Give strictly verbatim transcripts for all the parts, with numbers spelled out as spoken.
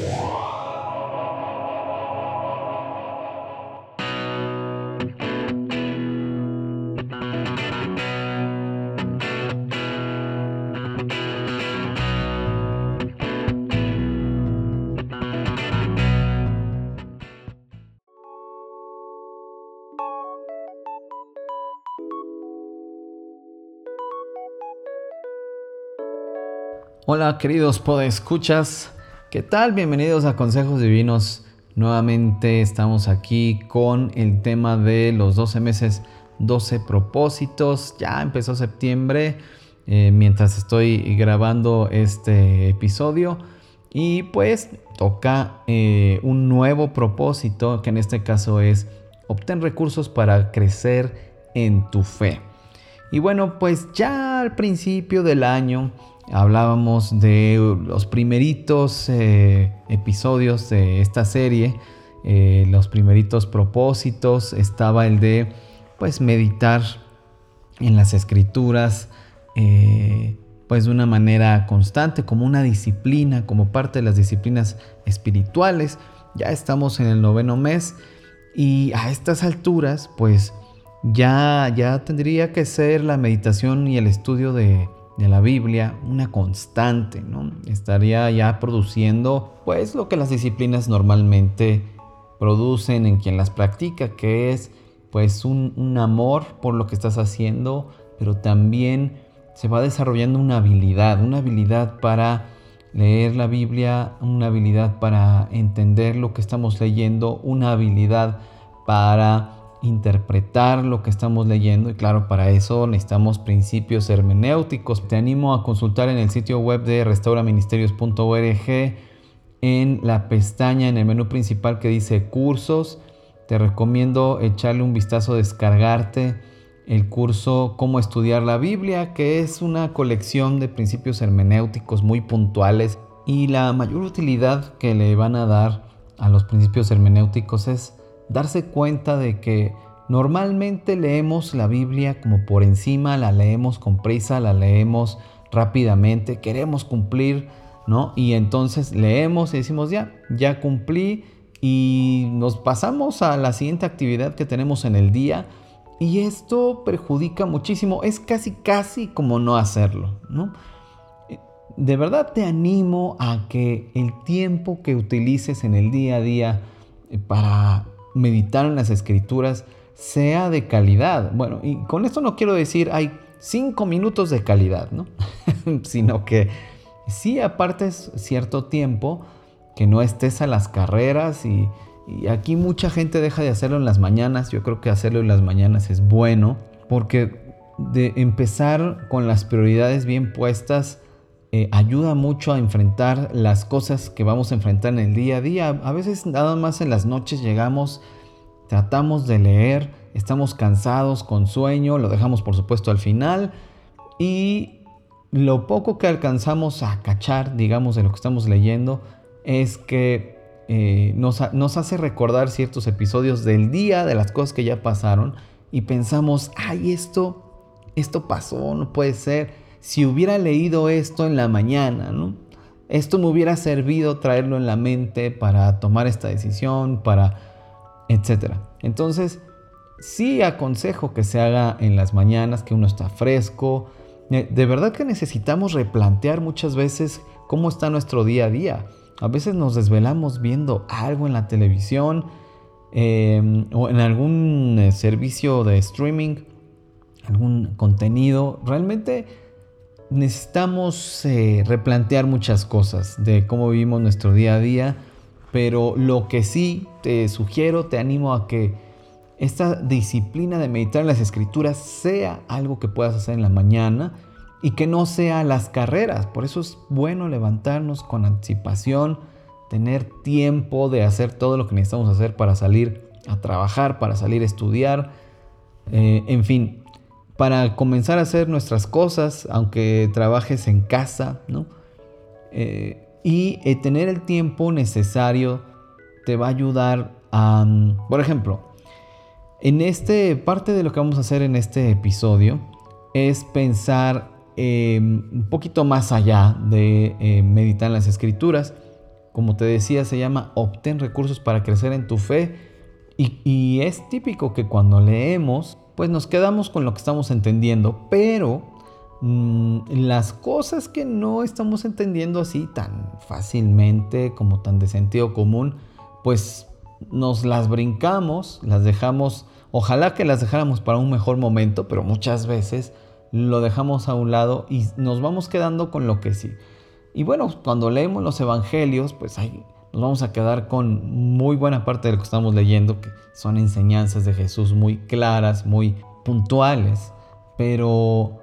Hola queridos podescuchas, ¿qué tal? Bienvenidos a Consejos Divinos. Nuevamente estamos aquí con el tema de los doce meses, doce propósitos. Ya empezó septiembre eh, mientras estoy grabando este episodio y pues toca eh, un nuevo propósito, que en este caso es obtén recursos para crecer en tu fe. Y bueno, pues ya al principio del año hablábamos de los primeritos eh, episodios de esta serie, eh, los primeritos propósitos. Estaba el de pues meditar en las escrituras eh, pues de una manera constante, como una disciplina, como parte de las disciplinas espirituales. Ya estamos en el noveno mes y a estas alturas pues ya, ya tendría que ser la meditación y el estudio de de la Biblia una constante, ¿no? Estaría ya produciendo pues lo que las disciplinas normalmente producen en quien las practica, que es pues un, un amor por lo que estás haciendo, pero también se va desarrollando una habilidad, una habilidad para leer la Biblia, una habilidad para entender lo que estamos leyendo, una habilidad para interpretar lo que estamos leyendo, y claro, para eso necesitamos principios hermenéuticos. Te animo a consultar en el sitio web de restaura ministerios punto org, en la pestaña en el menú principal que dice cursos. Te recomiendo echarle un vistazo, descargarte el curso Cómo estudiar la Biblia, que es una colección de principios hermenéuticos muy puntuales, y la mayor utilidad que le van a dar a los principios hermenéuticos es darse cuenta de que normalmente leemos la Biblia como por encima, la leemos con prisa, la leemos rápidamente, queremos cumplir, ¿no? Y entonces leemos y decimos ya, ya cumplí, y nos pasamos a la siguiente actividad que tenemos en el día, y esto perjudica muchísimo. Es casi casi como no hacerlo, ¿no? De verdad te animo a que el tiempo que utilices en el día a día para meditar en las escrituras sea de calidad. Bueno, y con esto no quiero decir hay cinco minutos de calidad, ¿no? Sino que sí apartes cierto tiempo, que no estés a las carreras, y, y aquí mucha gente deja de hacerlo en las mañanas. Yo creo que hacerlo en las mañanas es bueno, porque de empezar con las prioridades bien puestas Eh, ayuda mucho a enfrentar las cosas que vamos a enfrentar en el día a día. A veces nada más en las noches llegamos, tratamos de leer, estamos cansados, con sueño, lo dejamos por supuesto al final, y lo poco que alcanzamos a cachar, digamos, de lo que estamos leyendo es que eh, nos, nos hace recordar ciertos episodios del día, de las cosas que ya pasaron, y pensamos, ay, esto, esto pasó, no puede ser. Si hubiera leído esto en la mañana, ¿no? Esto me hubiera servido traerlo en la mente para tomar esta decisión, para etcétera. Entonces, sí aconsejo que se haga en las mañanas, que uno está fresco. De verdad que necesitamos replantear muchas veces cómo está nuestro día a día. A veces nos desvelamos viendo algo en la televisión eh, o en algún eh, servicio de streaming, algún contenido. Realmente necesitamos eh, replantear muchas cosas de cómo vivimos nuestro día a día, pero lo que sí te sugiero, te animo a que esta disciplina de meditar en las escrituras sea algo que puedas hacer en la mañana y que no sea las carreras. Por eso es bueno levantarnos con anticipación, tener tiempo de hacer todo lo que necesitamos hacer para salir a trabajar, para salir a estudiar, eh, en fin, para comenzar a hacer nuestras cosas, aunque trabajes en casa, ¿no? Eh, y eh, tener el tiempo necesario te va a ayudar a, por ejemplo, en este parte de lo que vamos a hacer en este episodio es pensar eh, un poquito más allá de eh, meditar en las escrituras. como te decía, se llama Obtén recursos para crecer en tu fe. Y, y es típico que cuando leemos, pues nos quedamos con lo que estamos entendiendo, pero mmm, las cosas que no estamos entendiendo así tan fácilmente, como tan de sentido común, pues nos las brincamos, las dejamos, ojalá que las dejáramos para un mejor momento, pero muchas veces lo dejamos a un lado y nos vamos quedando con lo que sí. Y bueno, cuando leemos los evangelios, pues ahí nos vamos a quedar con muy buena parte de lo que estamos leyendo, que son enseñanzas de Jesús muy claras, muy puntuales, pero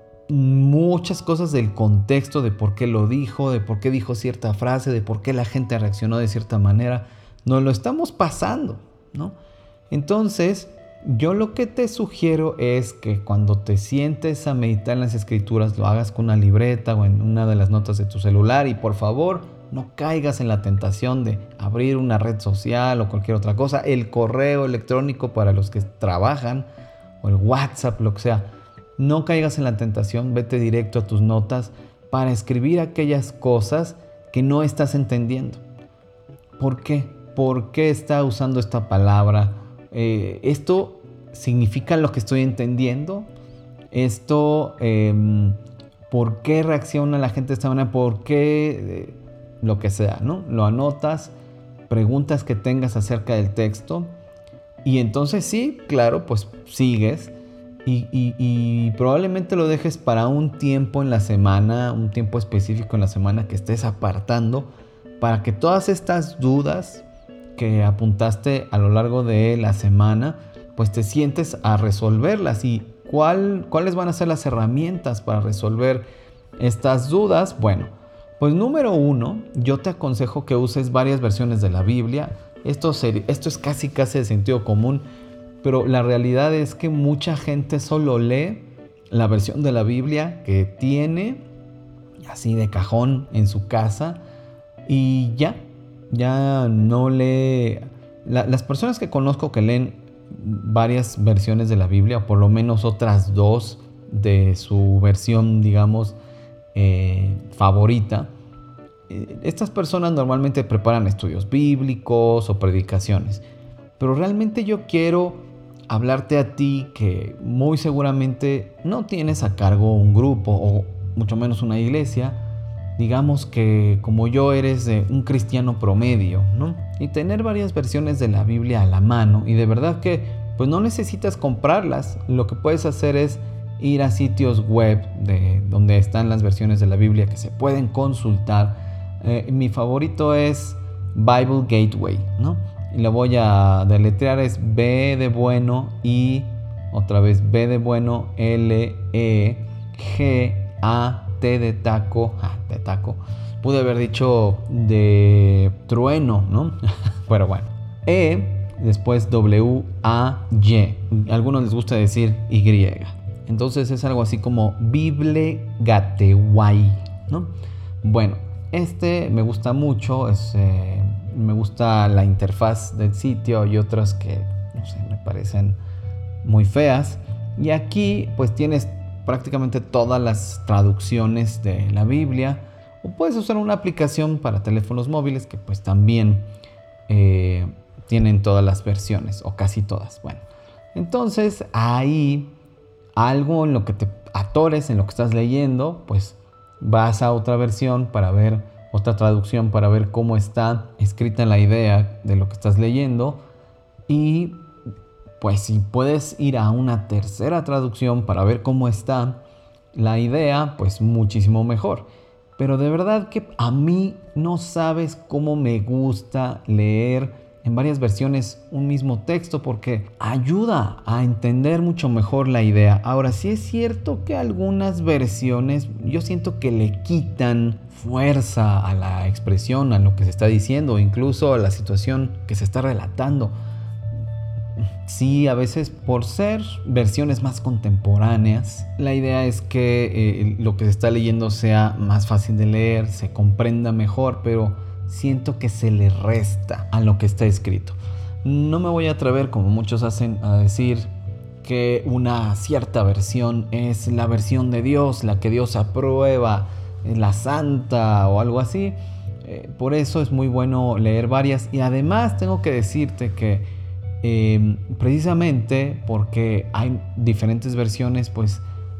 muchas cosas del contexto de por qué lo dijo, de por qué dijo cierta frase, de por qué la gente reaccionó de cierta manera, nos lo estamos pasando, ¿no? Entonces, yo lo que te sugiero es que cuando te sientes a meditar en las escrituras, lo hagas con una libreta o en una de las notas de tu celular, y por favor, no caigas en la tentación de abrir una red social o cualquier otra cosa, el correo electrónico para los que trabajan o el WhatsApp, lo que sea. No caigas en la tentación, vete directo a tus notas para escribir aquellas cosas que no estás entendiendo. ¿Por qué? ¿Por qué está usando esta palabra? Eh, esto significa lo que estoy entendiendo. Esto, eh, ¿por qué reacciona la gente de esta manera? ¿Por qué? Eh, lo que sea, ¿no? Lo anotas, preguntas que tengas acerca del texto, y entonces sí, claro, pues sigues y, y, y probablemente lo dejes para un tiempo en la semana, un tiempo específico en la semana que estés apartando para que todas estas dudas que apuntaste a lo largo de la semana, pues te sientes a resolverlas. ¿Y cuál, cuáles van a ser las herramientas para resolver estas dudas? Bueno, pues número uno, yo te aconsejo que uses varias versiones de la Biblia. Esto, ser, esto es casi casi de sentido común, pero la realidad es que mucha gente solo lee la versión de la Biblia que tiene así de cajón en su casa y ya, ya no lee. La, las personas que conozco que leen varias versiones de la Biblia, o por lo menos otras dos de su versión, digamos, eh, favorita, eh, estas personas normalmente preparan estudios bíblicos o predicaciones. Pero realmente yo quiero hablarte a ti que muy seguramente no tienes a cargo un grupo o mucho menos una iglesia. Digamos que como yo eres de un cristiano promedio, ¿no? Y tener varias versiones de la Biblia a la mano, y de verdad que pues no necesitas comprarlas. Lo que puedes hacer es ir a sitios web de donde están las versiones de la Biblia que se pueden consultar. Eh, mi favorito es Bible Gateway, ¿no? Y lo voy a deletrear, es B de bueno y otra vez B de bueno, L, E, G, A, T de taco, ah, de taco. Pude haber dicho de trueno, ¿no? Pero bueno. E, después W, A, Y. A algunos les gusta decir Y. Entonces es algo así como Bible Gateway, ¿no? Bueno, este me gusta mucho, es, eh, me gusta la interfaz del sitio. Hay otras que, no sé, me parecen muy feas. Y aquí pues tienes prácticamente todas las traducciones de la Biblia. O puedes usar una aplicación para teléfonos móviles que pues también eh, tienen todas las versiones, o casi todas. Bueno, entonces ahí algo en lo que te atores, en lo que estás leyendo, pues vas a otra versión para ver, otra traducción para ver cómo está escrita la idea de lo que estás leyendo. Y pues si puedes ir a una tercera traducción para ver cómo está la idea, pues muchísimo mejor. Pero de verdad que a mí no sabes cómo me gusta leer en varias versiones un mismo texto, porque ayuda a entender mucho mejor la idea. Ahora, sí es cierto que algunas versiones yo siento que le quitan fuerza a la expresión, a lo que se está diciendo, incluso a la situación que se está relatando. Sí, a veces por ser versiones más contemporáneas, la idea es que eh, lo que se está leyendo sea más fácil de leer, se comprenda mejor, pero siento que se le resta a lo que está escrito. No me voy a atrever, como muchos hacen, a decir que una cierta versión es la versión de Dios, la que Dios aprueba, la santa o algo así. Eh, por eso es muy bueno leer varias. Y además tengo que decirte que eh, precisamente porque hay diferentes versiones, pues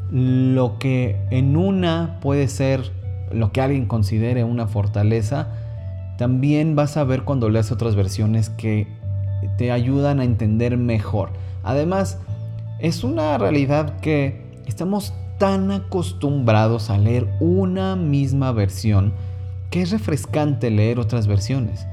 lo que en una puede ser lo que alguien considere una fortaleza, también vas a ver cuando leas otras versiones que te ayudan a entender mejor. Además, es una realidad que estamos tan acostumbrados a leer una misma versión que es refrescante leer otras versiones.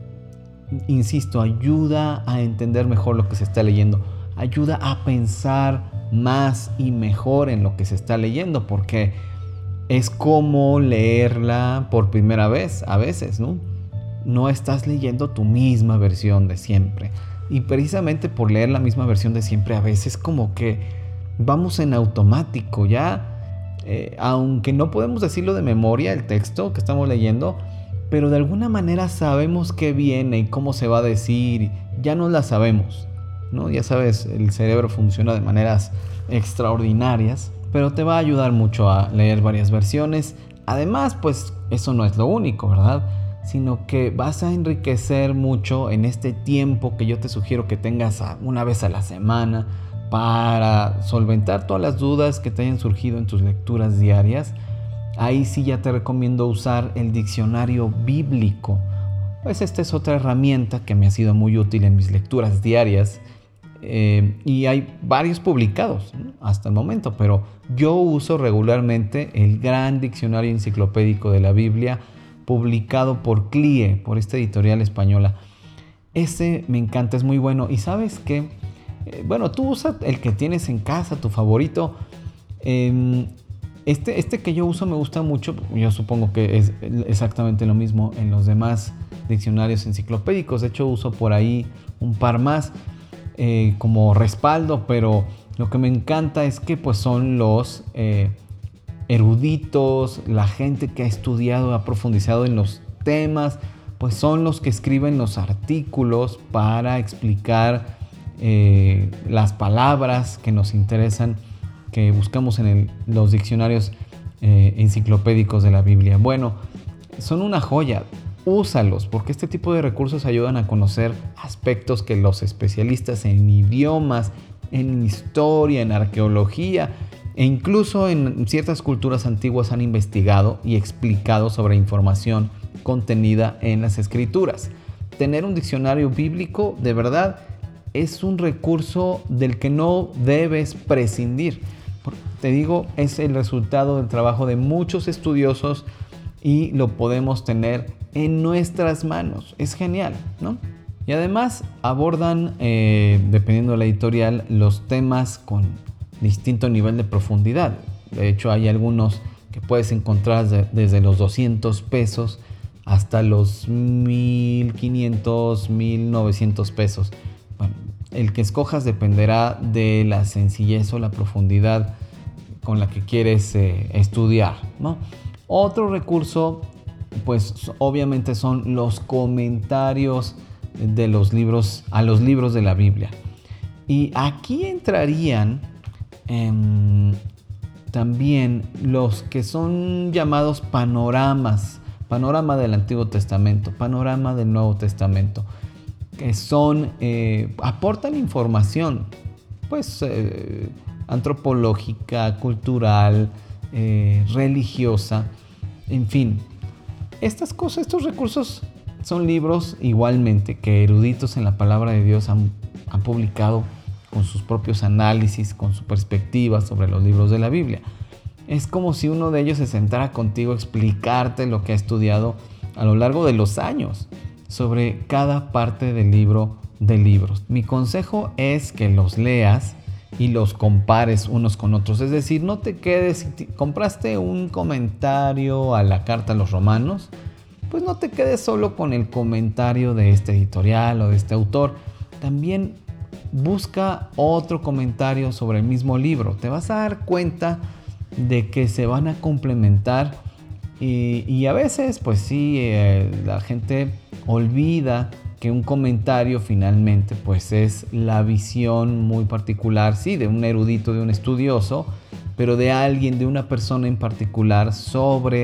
Insisto, ayuda a entender mejor lo que se está leyendo, ayuda a pensar más y mejor en lo que se está leyendo, porque es como leerla por primera vez a veces, ¿no? No estás leyendo tu misma versión de siempre. Y precisamente por leer la misma versión de siempre, a veces como que vamos en automático, ya, eh, aunque no podemos decirlo de memoria el texto que estamos leyendo, pero de alguna manera sabemos qué viene y cómo se va a decir, ya no la sabemos, ¿no? Ya sabes, el cerebro funciona de maneras extraordinarias, pero te va a ayudar mucho a leer varias versiones. Además, pues eso no es lo único, ¿verdad? Sino que vas a enriquecer mucho en este tiempo que yo te sugiero que tengas una vez a la semana para solventar todas las dudas que te hayan surgido en tus lecturas diarias. Ahí sí ya te recomiendo usar el diccionario bíblico. Pues esta es otra herramienta que me ha sido muy útil en mis lecturas diarias. Eh, y hay varios publicados, ¿no?, hasta el momento, pero yo uso regularmente el gran diccionario enciclopédico de la Biblia, publicado por C L I E, por esta editorial española. Ese me encanta, es muy bueno. Y sabes que, eh, bueno, tú usa el que tienes en casa, tu favorito. Eh, este, este que yo uso me gusta mucho. Yo supongo que es exactamente lo mismo en los demás diccionarios enciclopédicos. De hecho, uso por ahí un par más eh, como respaldo, pero lo que me encanta es que pues son los eh, eruditos, la gente que ha estudiado, ha profundizado en los temas, pues son los que escriben los artículos para explicar eh, las palabras que nos interesan, que buscamos en el, los diccionarios eh, enciclopédicos de la Biblia. Bueno, son una joya. Úsalos, porque este tipo de recursos ayudan a conocer aspectos que los especialistas en idiomas, en historia, en arqueología e incluso en ciertas culturas antiguas han investigado y explicado sobre información contenida en las escrituras. Tener un diccionario bíblico de verdad es un recurso del que no debes prescindir. Te digo, es el resultado del trabajo de muchos estudiosos y lo podemos tener en nuestras manos. Es genial, ¿no? Y además abordan, eh, dependiendo de la editorial, los temas con distinto nivel de profundidad. De hecho, hay algunos que puedes encontrar de, desde los doscientos pesos hasta los mil quinientos, mil novecientos pesos. Bueno, el que escojas dependerá de la sencillez o la profundidad con la que quieres eh, estudiar, ¿no? Otro recurso, pues obviamente son los comentarios de los libros a los libros de la Biblia. Y aquí entrarían eh, también los que son llamados panoramas, panorama del Antiguo Testamento, panorama del Nuevo Testamento, que son, eh, aportan información, pues eh, antropológica, cultural, eh, religiosa, en fin. Estas cosas, estos recursos son libros igualmente que eruditos en la palabra de Dios han, han publicado con sus propios análisis, con su perspectiva sobre los libros de la Biblia. Es como si uno de ellos se sentara contigo a explicarte lo que ha estudiado a lo largo de los años sobre cada parte del libro de libros. Mi consejo es que los leas y los compares unos con otros. Es decir, no te quedes, si compraste un comentario a la carta a los romanos, pues no te quedes solo con el comentario de este editorial o de este autor. También busca otro comentario sobre el mismo libro. Te vas a dar cuenta de que se van a complementar y, y a veces, pues sí, eh, la gente olvida que un comentario finalmente pues es la visión muy particular, sí, de un erudito, de un estudioso, pero de alguien, de una persona en particular sobre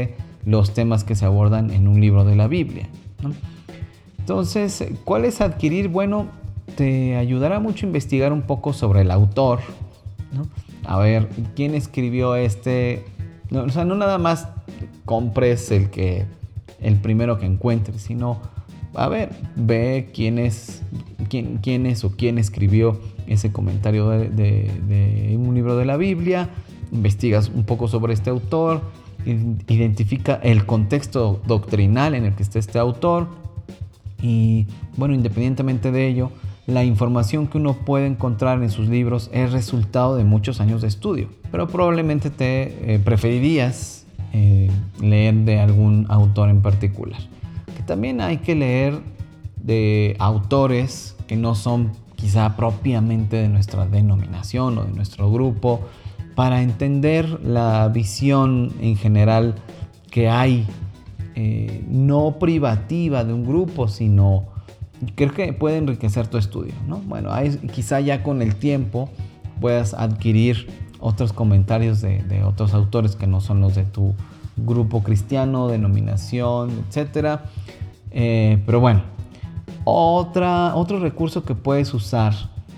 los temas que se abordan en un libro de la Biblia, ¿no? Entonces, ¿cuál es adquirir? Bueno, te ayudará mucho a investigar un poco sobre el autor, ¿no? A ver, ¿quién escribió este? No, o sea, no nada más compres el que el primero que encuentres, sino, a ver, ve quién es, quién, quién es o quién escribió ese comentario de, de, de un libro de la Biblia. Investigas un poco sobre este autor, identifica el contexto doctrinal en el que está este autor y, bueno, independientemente de ello, la información que uno puede encontrar en sus libros es resultado de muchos años de estudio, pero probablemente te eh, preferirías eh, leer de algún autor en particular. Que también hay que leer de autores que no son quizá propiamente de nuestra denominación o de nuestro grupo, para entender la visión en general que hay, eh, no privativa de un grupo, sino creo que puede enriquecer tu estudio, ¿no? Bueno, hay, quizá ya con el tiempo puedas adquirir otros comentarios de, de otros autores que no son los de tu grupo cristiano, denominación, etcétera. Eh, pero bueno, otra, otro recurso que puedes usar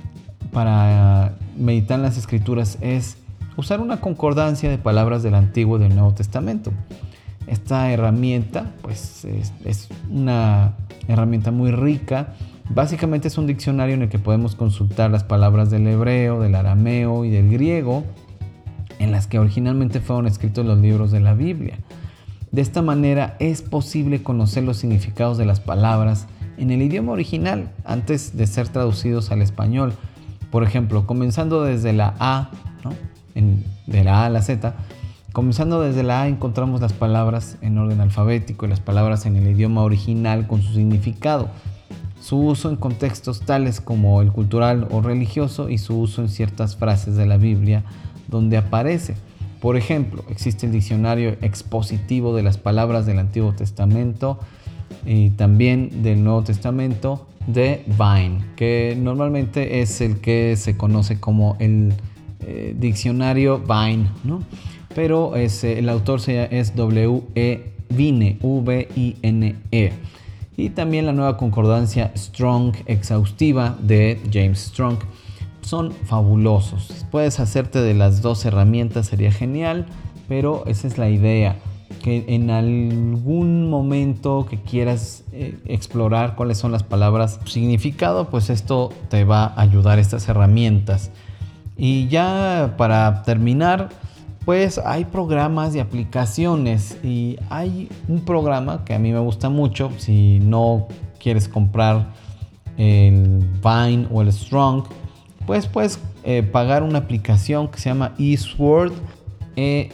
para meditar en las Escrituras es usar una concordancia de palabras del Antiguo y del Nuevo Testamento. Esta herramienta, pues, es, es una herramienta muy rica. Básicamente es un diccionario en el que podemos consultar las palabras del hebreo, del arameo y del griego, en las que originalmente fueron escritos los libros de la Biblia. De esta manera es posible conocer los significados de las palabras en el idioma original antes de ser traducidos al español. Por ejemplo, comenzando desde la A, ¿no? En, de la A a la Z, comenzando desde la A encontramos las palabras en orden alfabético y las palabras en el idioma original con su significado, su uso en contextos tales como el cultural o religioso y su uso en ciertas frases de la Biblia donde aparece. Por ejemplo, existe el diccionario expositivo de las palabras del Antiguo Testamento y también del Nuevo Testamento de Vine, que normalmente es el que se conoce como el eh, diccionario Vine, ¿no? Pero es, el autor es W E Vine, V I N E. Y también la nueva concordancia Strong exhaustiva de James Strong. Son fabulosos. Puedes hacerte de las dos herramientas, sería genial, pero esa es la idea. Que en algún momento que quieras eh, explorar cuáles son las palabras, su significado, pues esto te va a ayudar, estas herramientas. Y ya para terminar, pues hay programas y aplicaciones, y hay un programa que a mí me gusta mucho. Si no quieres comprar el Vine o el Strong, pues puedes eh, pagar una aplicación que se llama eSword, E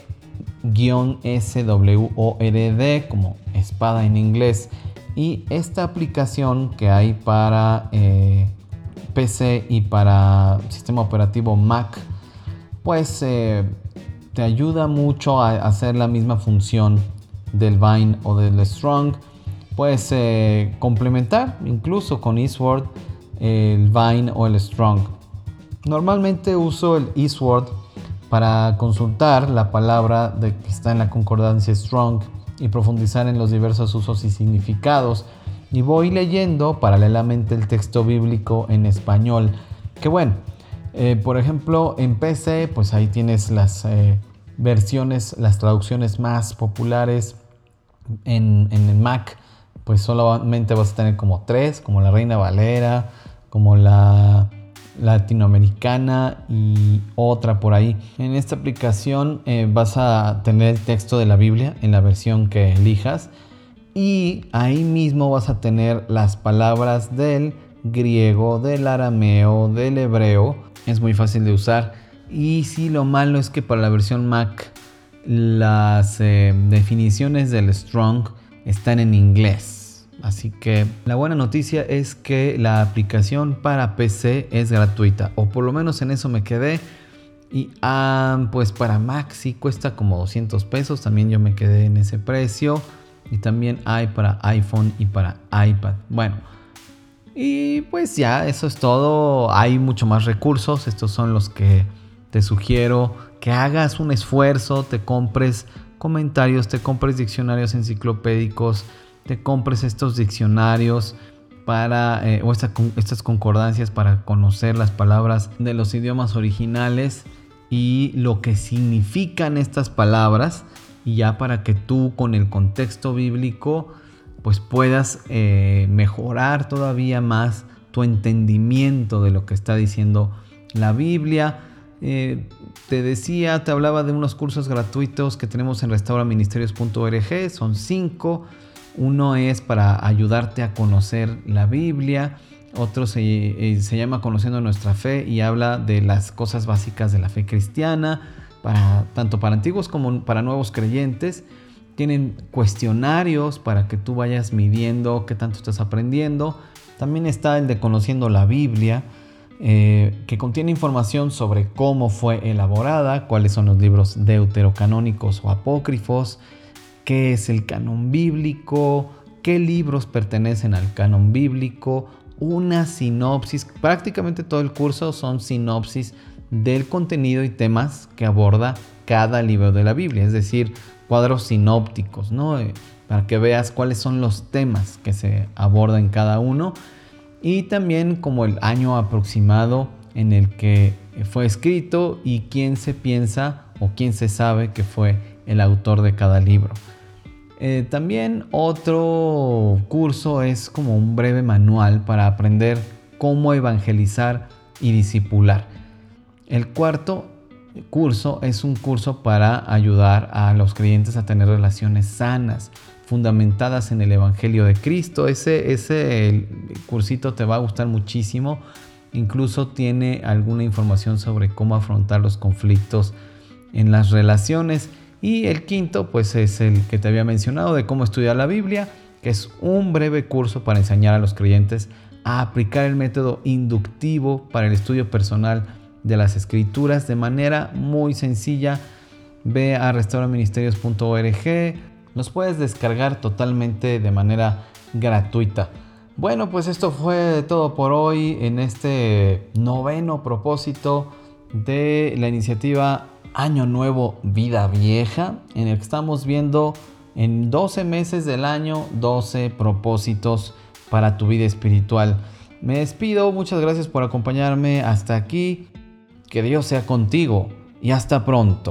S W O R D, como espada en inglés. Y esta aplicación que hay para eh, P C y para sistema operativo Mac, pues eh, te ayuda mucho a hacer la misma función del Vine o del Strong. Puedes eh, complementar incluso con eSword el Vine o el Strong. Normalmente uso el eSword para consultar la palabra de que está en la concordancia Strong y profundizar en los diversos usos y significados. Y voy leyendo paralelamente el texto bíblico en español. Que bueno, eh, por ejemplo, en P C, pues ahí tienes las eh, versiones, las traducciones más populares. En, en el Mac, pues solamente vas a tener como tres, como la Reina Valera, como la latinoamericana y otra por ahí. En esta aplicación eh, vas a tener el texto de la Biblia en la versión que elijas, y ahí mismo vas a tener las palabras del griego, del arameo, del hebreo. Es muy fácil de usar. Y sí, lo malo es que para la versión Mac las eh, definiciones del Strong están en inglés. Así que la buena noticia es que la aplicación para P C es gratuita, o por lo menos en eso me quedé. Y ah, pues para Mac sí cuesta como doscientos pesos, también yo me quedé en ese precio. Y también hay para iPhone y para iPad. Bueno, y pues ya, eso es todo. Hay mucho más recursos, estos son los que te sugiero que hagas un esfuerzo, te compres comentarios, te compres diccionarios enciclopédicos, te compres estos diccionarios para eh, o esta, estas concordancias para conocer las palabras de los idiomas originales y lo que significan estas palabras, y ya para que tú con el contexto bíblico pues puedas eh, mejorar todavía más tu entendimiento de lo que está diciendo la Biblia. Eh, te decía, te hablaba de unos cursos gratuitos que tenemos en restaura ministerios punto org, son cinco. Uno es para ayudarte a conocer la Biblia, otro se, eh, se llama Conociendo Nuestra Fe y habla de las cosas básicas de la fe cristiana, para, tanto para antiguos como para nuevos creyentes. Tienen cuestionarios para que tú vayas midiendo qué tanto estás aprendiendo. También está el de Conociendo la Biblia, eh, que contiene información sobre cómo fue elaborada, cuáles son los libros deuterocanónicos o apócrifos, qué es el canon bíblico, qué libros pertenecen al canon bíblico, una sinopsis. Prácticamente todo el curso son sinopsis del contenido y temas que aborda cada libro de la Biblia, es decir, cuadros sinópticos, ¿no? Eh, para que veas cuáles son los temas que se abordan en cada uno, y también como el año aproximado en el que fue escrito y quién se piensa o quién se sabe que fue el autor de cada libro. Eh, también otro curso es como un breve manual para aprender cómo evangelizar y discipular. El cuarto curso es un curso para ayudar a los creyentes a tener relaciones sanas, fundamentadas en el Evangelio de Cristo. Ese, ese el cursito te va a gustar muchísimo. Incluso tiene alguna información sobre cómo afrontar los conflictos en las relaciones. Y el quinto, pues es el que te había mencionado, de cómo estudiar la Biblia, que es un breve curso para enseñar a los creyentes a aplicar el método inductivo para el estudio personal de las Escrituras de manera muy sencilla. Ve a restaura ministerios punto org, los puedes descargar totalmente de manera gratuita. Bueno, pues esto fue todo por hoy en este noveno propósito de la iniciativa Año Nuevo, Vida Vieja, en el que estamos viendo en doce meses del año, doce propósitos para tu vida espiritual. Me despido, muchas gracias por acompañarme hasta aquí. Que Dios sea contigo y hasta pronto.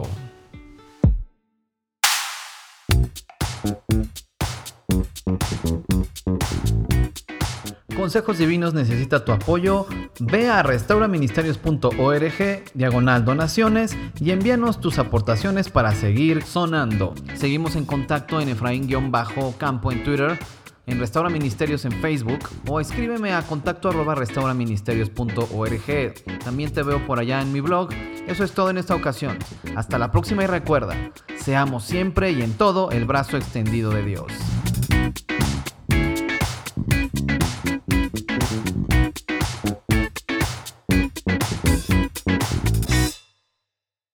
Consejos Divinos necesita tu apoyo. Ve a restaura ministerios punto org, diagonal donaciones, y envíanos tus aportaciones para seguir sonando. Seguimos en contacto en Efraín-Campo en Twitter, en Restaura Ministerios en Facebook, o escríbeme a contacto arroba restaura ministerios punto org. También te veo por allá en mi blog. Eso es todo en esta ocasión. Hasta la próxima y recuerda, seamos siempre y en todo el brazo extendido de Dios.